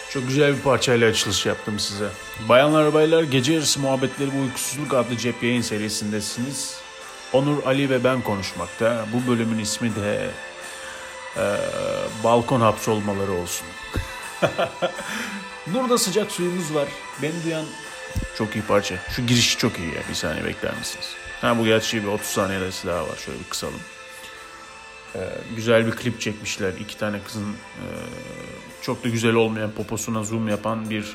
Çok güzel bir parçayla açılış yaptım size. Bayanlar baylar, Gece Yarısı Muhabbetleri ve Uykusuzluk adlı cep yayın serisindesiniz. Onur, Ali ve ben konuşmakta. Bu bölümün ismi de balkon hapsolmaları olsun. Burada sıcak suyumuz var. Beni duyan çok iyi parça. Şu girişi çok iyi ya. Bir saniye bekler misiniz? Bu gerçi bir 30 saniye arası daha var. Şöyle bir kısalım. Güzel bir klip çekmişler. İki tane kızın çok da güzel olmayan poposuna zoom yapan bir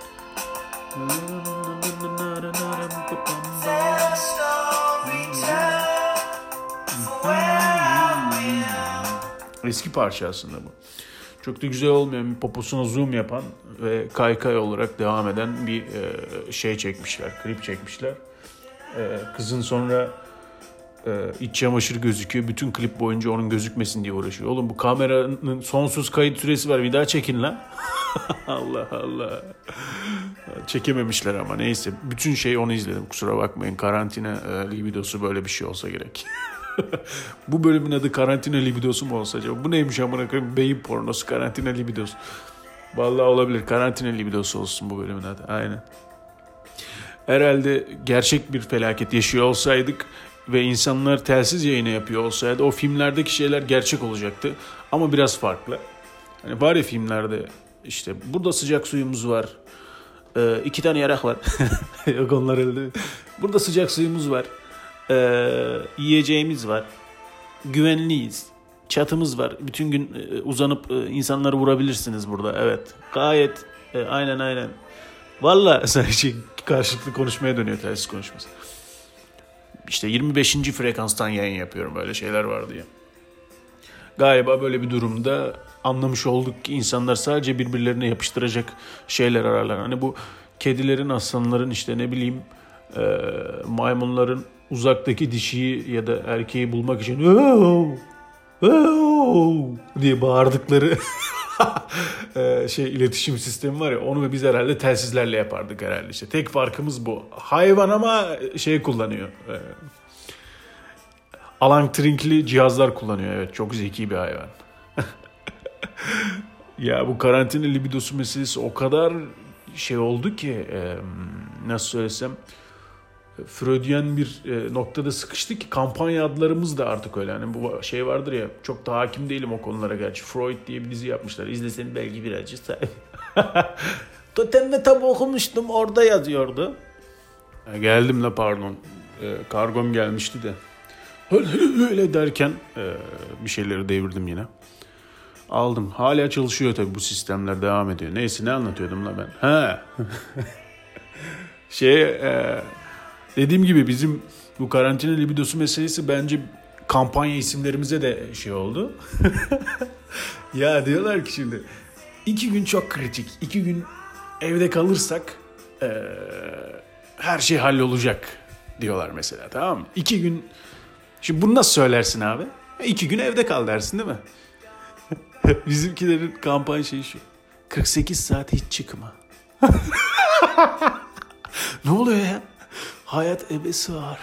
eski parça aslında bu. Çok da güzel olmayan bir poposuna zoom yapan ve kaykay olarak devam eden bir şey çekmişler. Klip çekmişler. Kızın sonra iç çamaşır gözüküyor. Bütün klip boyunca onun gözükmesin diye uğraşıyor. Oğlum bu kameranın sonsuz kayıt süresi var. Bir daha çekin lan. Allah Allah. Çekememişler ama neyse. Bütün şey onu izledim. Kusura bakmayın. Karantina libidosu böyle bir şey olsa gerek. Bu bölümün adı karantina libidosu mu olsa acaba? Bu neymiş amına koyayım? Beyin pornosu, karantina libidosu. Vallahi olabilir. Karantina libidosu olsun bu bölümün adı. Aynen. Herhalde gerçek bir felaket yaşıyor olsaydık ve insanlar telsiz yayını yapıyor olsaydı o filmlerdeki şeyler gerçek olacaktı. Ama biraz farklı. Hani var ya filmlerde işte burada sıcak suyumuz var. 2 tane yarak var. Yok onlar öyle. Burada sıcak suyumuz var. Yiyeceğimiz var. Güvenliyiz. Çatımız var. Bütün gün uzanıp insanları vurabilirsiniz burada. Evet. Gayet aynen. Valla sadece karşılıklı konuşmaya dönüyor telsiz konuşması. İşte 25. frekanstan yayın yapıyorum, böyle şeyler var diye. Galiba böyle bir durumda anlamış olduk ki insanlar sadece birbirlerine yapıştıracak şeyler ararlar. Hani bu kedilerin, aslanların, işte ne bileyim maymunların uzaktaki dişiyi ya da erkeği bulmak için diye bağırdıkları iletişim sistemi var ya, onu biz herhalde telsizlerle yapardık herhalde. İşte tek farkımız bu. Hayvan ama kullanıyor. Alantrinkli cihazlar kullanıyor. Evet, çok zeki bir hayvan. Ya bu karantina libidosu meselesi o kadar oldu ki nasıl söylesem, Freudian bir noktada sıkıştı ki kampanya adlarımız da artık öyle. Hani bu vardır ya, çok da hakim değilim o konulara gerçi. Freud diye bir dizi yapmışlar. İzleseniz belki birazcık Totem'de tabi okumuştum, orada yazıyordu. Geldim la pardon. Kargom gelmişti de. Öyle derken bir şeyleri devirdim yine. Aldım. Hala çalışıyor tabii, bu sistemler devam ediyor. Neyse, ne anlatıyordum la ben? Dediğim gibi bizim bu karantina libidosu meselesi bence kampanya isimlerimize de oldu. Ya diyorlar ki şimdi 2 gün çok kritik. 2 gün evde kalırsak her şey hallolacak diyorlar mesela, tamam mı? 2 gün. Şimdi bunu nasıl söylersin abi? 2 gün evde kal dersin değil mi? Bizimkilerin kampanya şu. 48 saat hiç çıkma. Ne oluyor ya? Hayat ebesi var.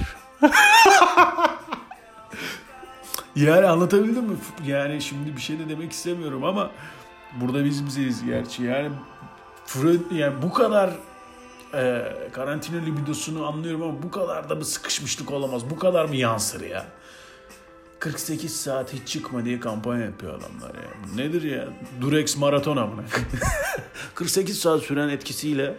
Yani anlatabildim mi? Yani şimdi bir şey de demek istemiyorum ama burada biz bizeyiz gerçi. Yani bu kadar karantina libidosunu anlıyorum ama bu kadar da bir sıkışmışlık olamaz. Bu kadar mı yansır ya? 48 saat hiç çıkma diye kampanya yapıyor adamlar ya. Bu nedir ya? Durex maraton amına. 48 saat süren etkisiyle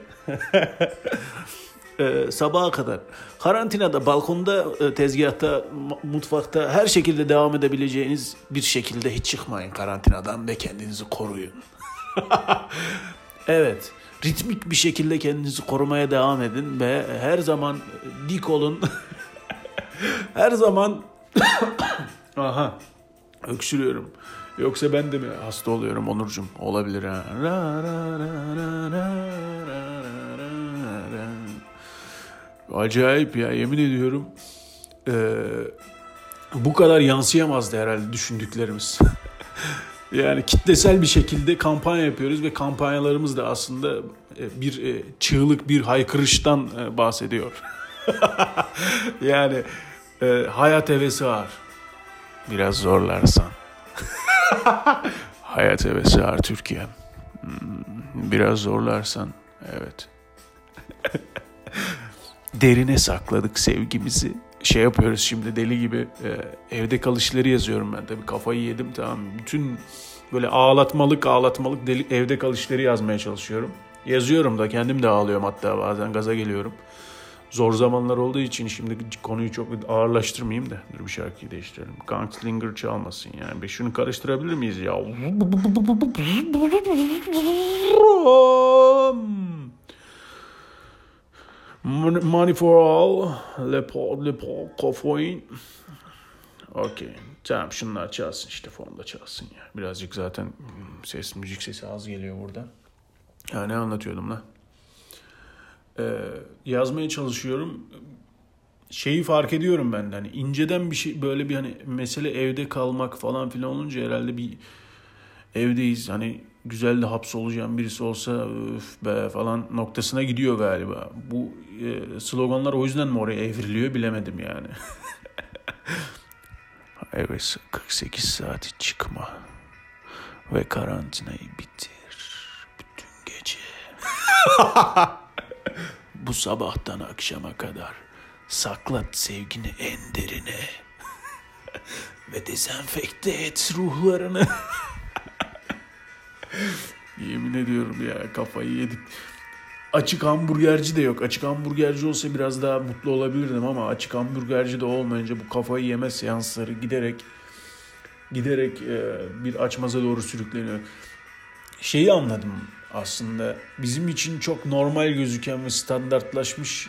sabaha kadar karantinada, balkonda, tezgahta, mutfakta her şekilde devam edebileceğiniz bir şekilde hiç çıkmayın karantinadan ve kendinizi koruyun. Evet, ritmik bir şekilde kendinizi korumaya devam edin ve her zaman dik olun. Her zaman öksürüyorum. Yoksa ben de mi hasta oluyorum Onurcuğum? Olabilir ha. Acayip ya, yemin ediyorum. Bu kadar yansıyamazdı herhalde düşündüklerimiz. Yani kitlesel bir şekilde kampanya yapıyoruz ve kampanyalarımız da aslında bir çığlık, bir haykırıştan bahsediyor. Yani hayat hevesi var. Biraz zorlarsan. Hayat hevesi var Türkiye. Biraz zorlarsan, evet. Derine sakladık sevgimizi. Şey yapıyoruz şimdi deli gibi. Evde kalışları yazıyorum ben. Tabii kafayı yedim, tamam. Bütün böyle ağlatmalık deli, evde kalışları yazmaya çalışıyorum. Yazıyorum da, kendim de ağlıyorum hatta, bazen gaza geliyorum. Zor zamanlar olduğu için şimdi konuyu çok ağırlaştırmayayım da. Dur bir şarkıyı değiştirelim. Gunslinger çalmasın yani. Şunu karıştırabilir miyiz ya? Money for all. Le Paul, Cofoin. Okey. Tamam, şunlar çalsın işte, fonda çalsın ya. Birazcık zaten müzik sesi az geliyor burada. Ya ne anlatıyordum lan? Yazmaya çalışıyorum. Şeyi fark ediyorum ben de, hani inceden bir şey, böyle bir hani mesele evde kalmak falan filan olunca herhalde bir evdeyiz, hani güzel de hapsolacağım birisi olsa öf be falan noktasına gidiyor galiba. Bu sloganlar o yüzden mi oraya evriliyor bilemedim yani. Evet, 48 saati çıkma ve karantinayı bitir bütün gece. Bu sabahtan akşama kadar saklat sevgini en derine ve dezenfekte et ruhlarını. Yemin ediyorum ya, kafayı yedik. Açık hamburgerci de yok. Açık hamburgerci olsa biraz daha mutlu olabilirdim ama açık hamburgerci de olmayınca bu kafayı yeme seansları giderek bir açmaza doğru sürükleniyor. Şeyi anladım aslında. Bizim için çok normal gözüken ve standartlaşmış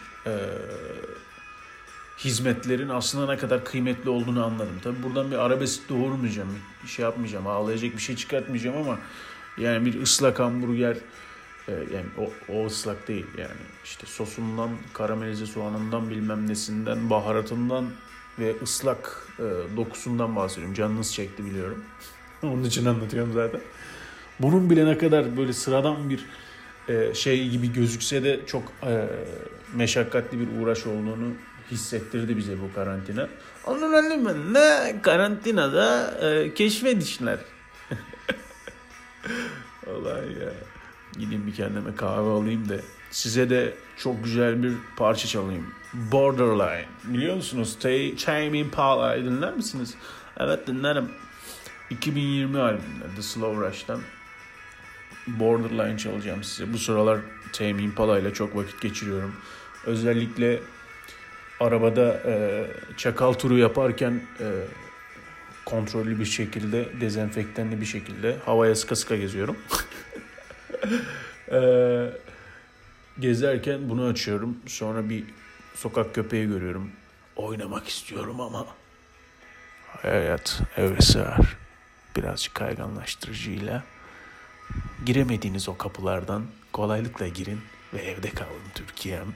hizmetlerin aslında ne kadar kıymetli olduğunu anladım. Tabii buradan bir arabesk doğurmayacağım, bir şey yapmayacağım, ağlayacak bir şey çıkartmayacağım ama yani bir ıslak hamburger, yani o ıslak değil yani, işte sosundan, karamelize soğanından, bilmem nesinden, baharatından ve ıslak dokusundan bahsediyorum. Canınız çekti biliyorum. Onun için anlatıyorum zaten. Bunun bile ne kadar böyle sıradan bir şey gibi gözükse de çok meşakkatli bir uğraş olduğunu hissettirdi bize bu karantina. Onun anlamında karantinada keşfedişler. Vallahi ya. Gideyim bir kendime kahve alayım da size de çok güzel bir parça çalayım. Borderline. Biliyor musunuz? Tame Impala'yı dinler misiniz? Evet, dinlerim. 2020 albümünde The Slow Rush'tan Borderline çalacağım size. Bu sıralar Tame Impala ile çok vakit geçiriyorum. Özellikle arabada çakal turu yaparken kontrollü bir şekilde, dezenfektanlı bir şekilde havaya sıka sıka geziyorum. Gezerken bunu açıyorum. Sonra bir sokak köpeği görüyorum. Oynamak istiyorum ama hayat eve sığar. Birazcık kayganlaştırıcıyla. Giremediğiniz o kapılardan kolaylıkla girin ve evde kalın Türkiye'm.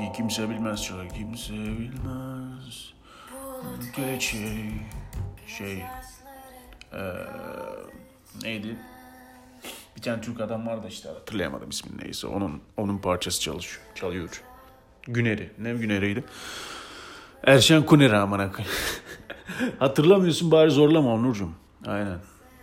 kimse bilmez şarkı, kimse bilmez. Gerçeği neydi? Bir tane Türk adam vardı işte, hatırlayamadım ismini, neyse. Onun parçası çalıyor. Güneri. Ne Güneri'ydi? Erşen Kuneri amına koyayım. Hatırlamıyorsun, bari zorlama Onurcuğum. Aynen.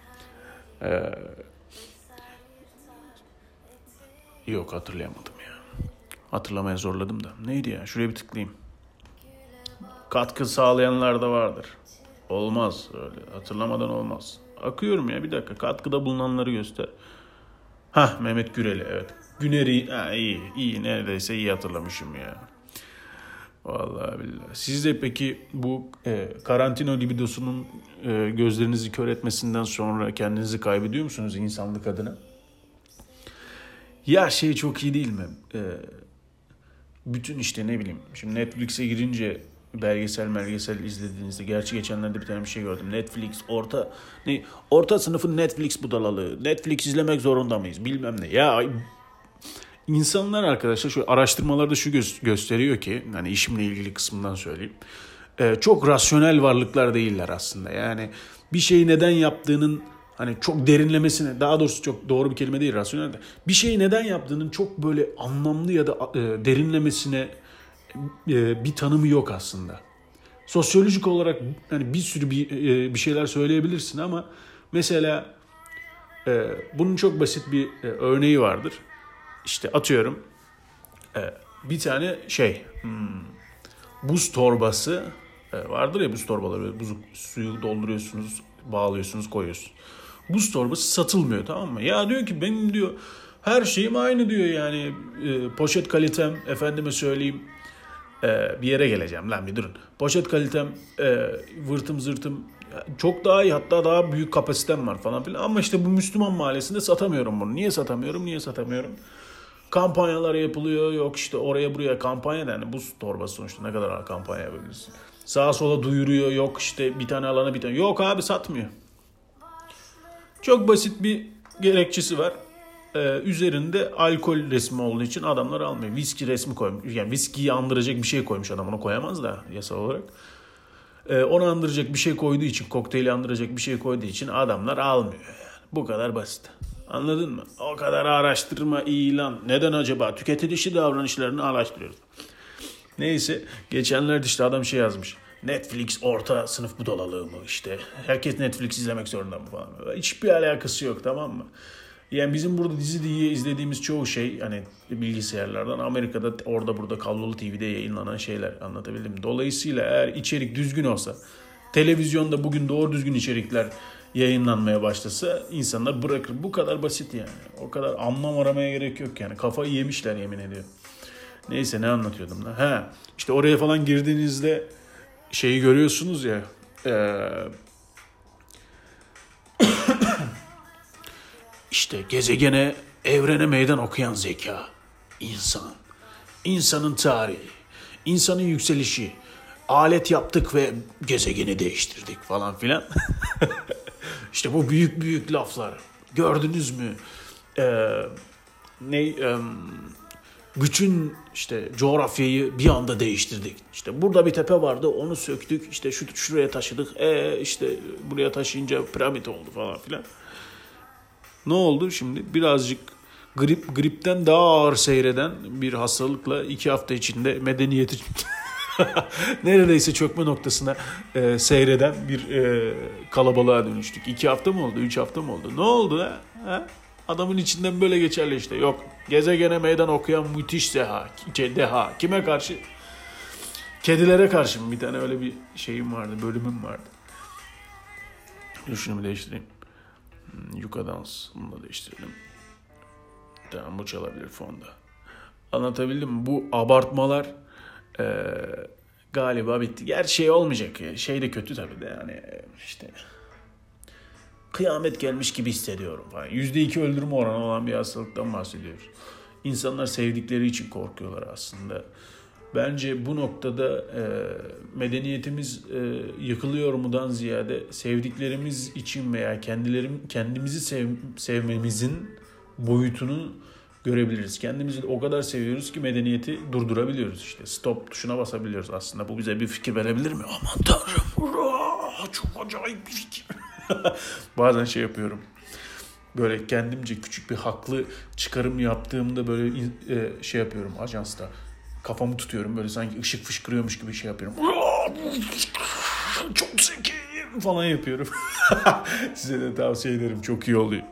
Yok, hatırlayamadım ya. Hatırlamaya zorladım da. Neydi ya? Şuraya bir tıklayayım. Katkı sağlayanlar da vardır. Olmaz öyle. Hatırlamadan olmaz. Akıyorum ya, bir dakika. Katkıda bulunanları göster. Mehmet Güreli, evet. Güneri, iyi. Neredeyse iyi hatırlamışım ya. Vallahi billahi. Siz de peki bu karantina libidosunun gözlerinizi kör etmesinden sonra kendinizi kaybediyor musunuz insanlık adına? Ya çok iyi değil mi? Bütün işte ne bileyim. Şimdi Netflix'e girince belgesel izlediğinizde, gerçi geçenlerde bir tane bir şey gördüm. Netflix orta sınıfın Netflix budalalığı. Netflix izlemek zorunda mıyız? Bilmem ne. Ya insanlar arkadaşlar şu araştırmalarda şu gösteriyor ki, hani işimle ilgili kısmından söyleyeyim. Çok rasyonel varlıklar değiller aslında. Yani bir şeyi neden yaptığının hani çok derinlemesine, daha doğrusu çok doğru bir kelime değil rasyonel de, bir şeyi neden yaptığının çok böyle anlamlı ya da derinlemesine bir tanımı yok aslında. Sosyolojik olarak hani bir sürü bir şeyler söyleyebilirsin ama mesela bunun çok basit bir örneği vardır. İşte atıyorum bir tane buz torbası vardır ya, buz torbaları, böyle buzlu suyu dolduruyorsunuz, bağlıyorsunuz, koyuyorsunuz. Buz torbası satılmıyor, tamam mı? Ya diyor ki benim diyor her şeyim aynı diyor, yani poşet kalitem, efendime söyleyeyim, bir yere geleceğim lan, bir durun. Poşet kalitem, vırtım zırtım çok daha iyi, hatta daha büyük kapasitem var falan filan. Ama işte bu Müslüman mahallesinde satamıyorum bunu. Niye satamıyorum? Kampanyalar yapılıyor. Yok işte oraya buraya kampanya, yani buz torbası sonuçta ne kadar kampanya yapabilirsin. Sağa sola duyuruyor. Yok işte bir tane alana bir tane. Yok abi, satmıyor. Çok basit bir gerekçesi var. Üzerinde alkol resmi olduğu için adamlar almıyor. Viski resmi koymuş. Yani viskiyi andıracak bir şey koymuş adam. Onu koyamaz da yasal olarak. Onu andıracak bir şey koyduğu için, kokteyli andıracak bir şey koyduğu için adamlar almıyor. Yani. Bu kadar basit. Anladın mı? O kadar araştırma, ilan. Neden acaba? Tüketici dışı davranışlarını araştırıyoruz. Neyse, geçenlerde işte adam yazmış. Netflix orta sınıf budalalığı mı işte? Herkes Netflix izlemek zorunda mı falan. Hiçbir alakası yok, tamam mı? Yani bizim burada dizi diye izlediğimiz çoğu şey hani bilgisayarlardan, Amerika'da orada burada kablolu TV'de yayınlanan şeyler, anlatabildim mi? Dolayısıyla eğer içerik düzgün olsa, televizyonda bugün doğru düzgün içerikler yayınlanmaya başlasa insanlar bırakır. Bu kadar basit yani. O kadar anlam aramaya gerek yok yani. Kafayı yemişler, yemin ediyorum. Neyse, ne anlatıyordum da? İşte oraya falan girdiğinizde görüyorsunuz ya, işte gezegene, evrene meydan okuyan zeka, insanın tarihi, insanın yükselişi, alet yaptık ve gezegeni değiştirdik falan filan. İşte bu büyük büyük laflar. Gördünüz mü? Bütün işte coğrafyayı bir anda değiştirdik. İşte burada bir tepe vardı, onu söktük. İşte şuraya taşıdık. İşte buraya taşıyınca piramit oldu falan filan. Ne oldu şimdi? Birazcık gripten daha ağır seyreden bir hastalıkla 2 hafta içinde medeniyeti neredeyse çökme noktasına seyreden bir kalabalığa dönüştük. 2 hafta mı oldu? 3 hafta mı oldu? Ne oldu ha? Adamın içinden böyle geçerli işte. Yok, gezegene meydan okuyan müthiş deha. Kime karşı? Kedilere karşı mı? Bir tane öyle bir bölümüm vardı. Şunu değiştireyim. Yuka dans. Bunu da değiştirelim. Tamam, bu çalabilir fonda. Anlatabildim mi? Bu abartmalar galiba bitti. Gerçi olmayacak ya. De kötü tabii de yani işte kıyamet gelmiş gibi hissediyorum falan. %2 öldürme oranı olan bir hastalıktan bahsediyoruz. İnsanlar sevdikleri için korkuyorlar aslında. Bence bu noktada medeniyetimiz yıkılıyor mudan ziyade sevdiklerimiz için veya kendimizi sevmemizin boyutunu görebiliriz. Kendimizi de o kadar seviyoruz ki medeniyeti durdurabiliyoruz işte. Stop tuşuna basabiliyoruz aslında. Bu bize bir fikir verebilir mi? Aman tanrım. Çok acayip bir fikir. Bazen şey yapıyorum. Böyle kendimce küçük bir haklı çıkarım yaptığımda böyle şey yapıyorum ajansta. Kafamı tutuyorum böyle sanki ışık fışkırıyormuş gibi şey yapıyorum. Çok zeki falan yapıyorum. Size de tavsiye ederim. Çok iyi oluyor.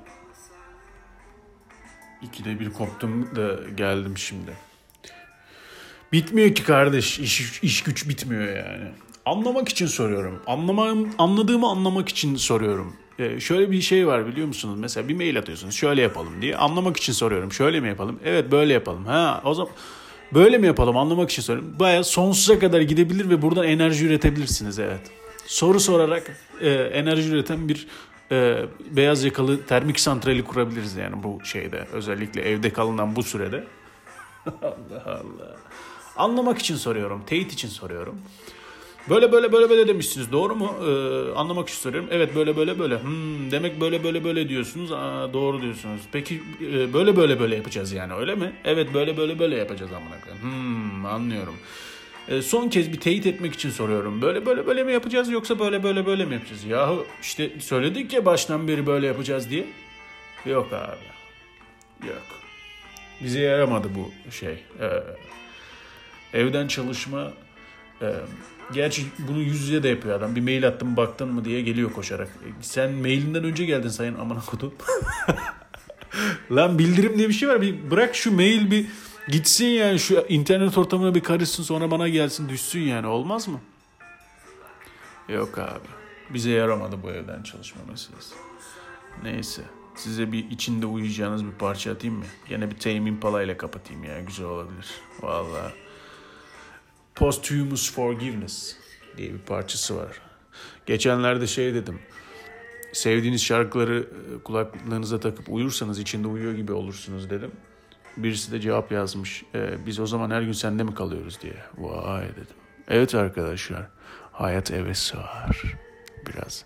2'de 1 koptum da geldim şimdi. Bitmiyor ki kardeş. İş güç bitmiyor yani. Anlamak için soruyorum. Anladığımı anlamak için soruyorum. Şöyle bir şey var biliyor musunuz? Mesela bir mail atıyorsunuz. Şöyle yapalım diye. Anlamak için soruyorum. Şöyle mi yapalım? Evet böyle yapalım. O zaman böyle mi yapalım? Anlamak için soruyorum. Bayağı sonsuza kadar gidebilir ve buradan enerji üretebilirsiniz. Evet. Soru sorarak enerji üreten bir beyaz yakalı termik santrali kurabiliriz yani bu şeyde. Özellikle evde kalınan bu sürede. Allah Allah. Anlamak için soruyorum. Teyit için soruyorum. Böyle demişsiniz. Doğru mu? Anlamak için soruyorum. Evet böyle. Demek böyle diyorsunuz. Doğru diyorsunuz. Peki böyle yapacağız yani öyle mi? Evet böyle yapacağız amına koyayım. Anlıyorum. Son kez bir teyit etmek için soruyorum. Böyle mi yapacağız yoksa böyle mi yapacağız? Yahu işte söyledik ya baştan beri böyle yapacağız diye. Yok abi. Yok. Bize yaramadı bu şey. Evden çalışma. Gerçi bunu yüz yüze de yapıyor adam. Bir mail attım baktın mı diye geliyor koşarak. Sen mailinden önce geldin sayın amına kodum. Lan bildirim diye bir şey var. Bir bırak şu mail bir gitsin yani şu internet ortamına bir karışsın sonra bana gelsin düşsün yani olmaz mı? Yok abi. Bize yaramadı bu evden çalışma meselesi. Neyse. Size bir içinde uyuyacağınız bir parça atayım mı? Gene bir Tame Impala ile kapatayım ya. Güzel olabilir. Vallahi. Posthumous Forgiveness diye bir parçası var. Geçenlerde şey dedim. Sevdiğiniz şarkıları kulaklığınıza takıp uyursanız içinde uyuyor gibi olursunuz dedim. Birisi de cevap yazmış. Biz o zaman her gün sende mi kalıyoruz diye. Vay dedim. Evet arkadaşlar. Hayat eve sığar. Biraz.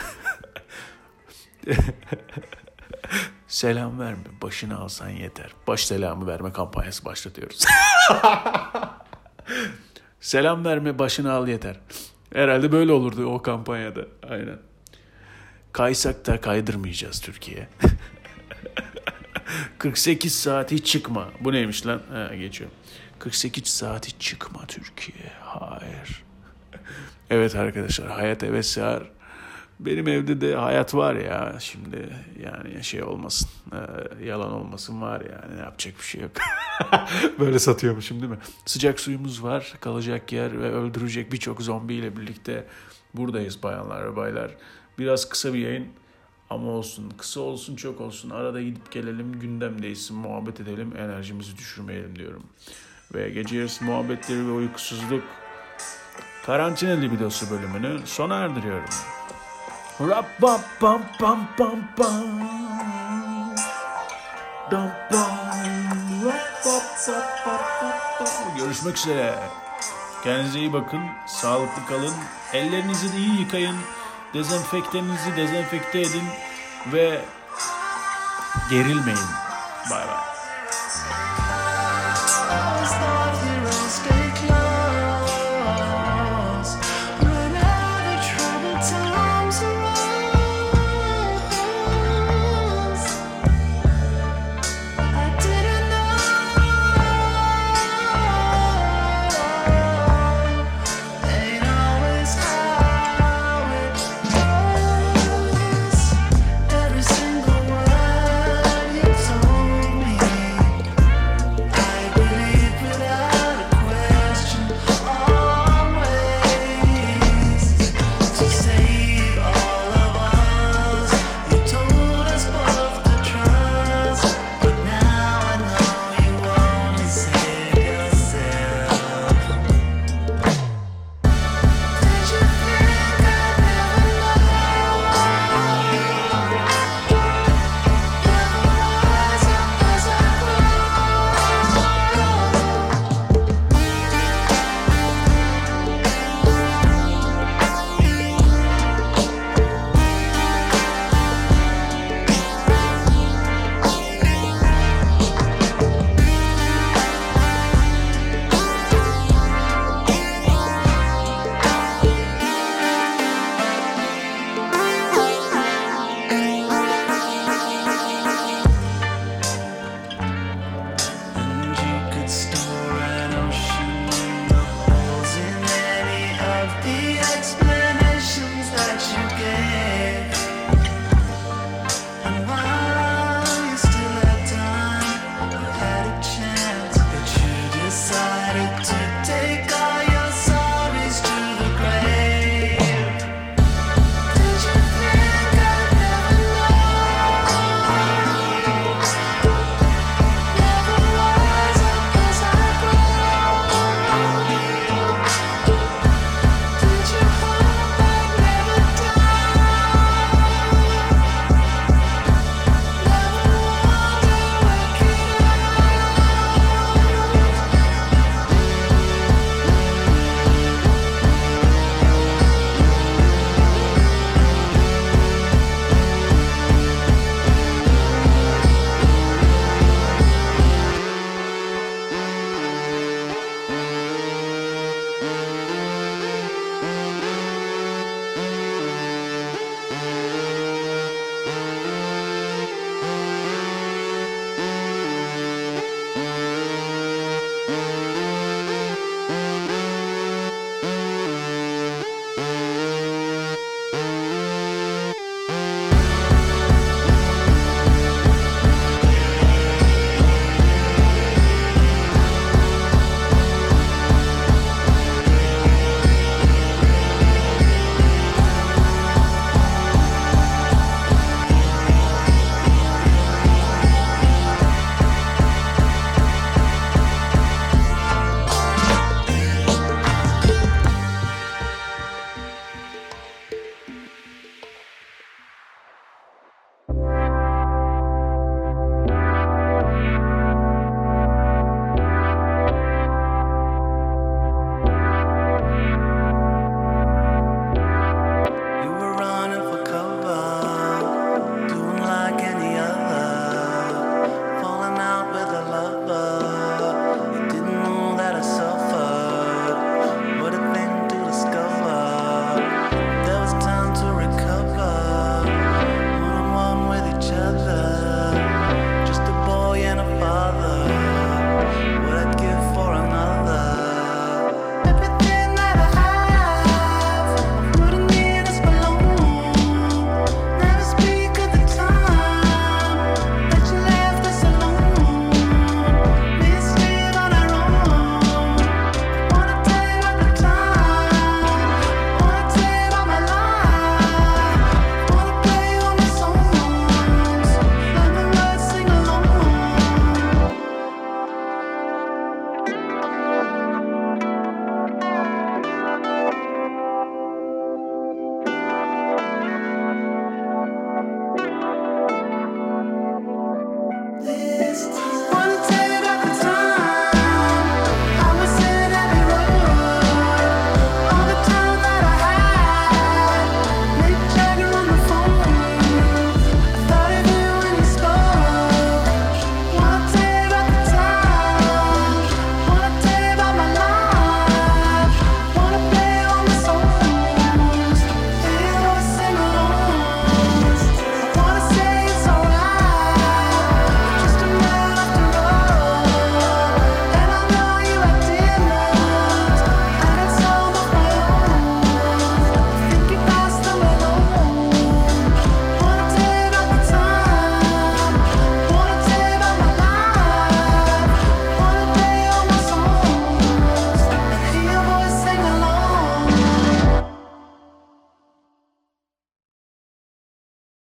Selam verme. Başını alsan yeter. Baş selamı verme kampanyası başlatıyoruz. Selam verme başını al yeter. Herhalde böyle olurdu o kampanyada. Aynen. Kaysak da kaydırmayacağız Türkiye. 48 saat hiç çıkma. Bu neymiş lan? Geçiyorum. 48 saat hiç çıkma Türkiye. Hayır. Evet arkadaşlar hayat eve sığar. Benim evde de hayat var ya şimdi yani şey olmasın yalan olmasın var yani ne yapacak bir şey yok. Böyle satıyormuşum değil mi? Sıcak suyumuz var kalacak yer ve öldürecek birçok zombiyle birlikte buradayız bayanlar ve baylar. Biraz kısa bir yayın ama olsun kısa olsun çok olsun arada gidip gelelim gündemdeyiz muhabbet edelim enerjimizi düşürmeyelim diyorum. Ve gece yarısı muhabbetleri ve uykusuzluk karantina libidosu bölümünü sona erdiriyorum. Görüşmek üzere. Kendinize iyi bakın. Sağlıklı kalın. Ellerinizi de iyi yıkayın. Dezenfektanınızı dezenfekte edin. Ve gerilmeyin. Bay bay.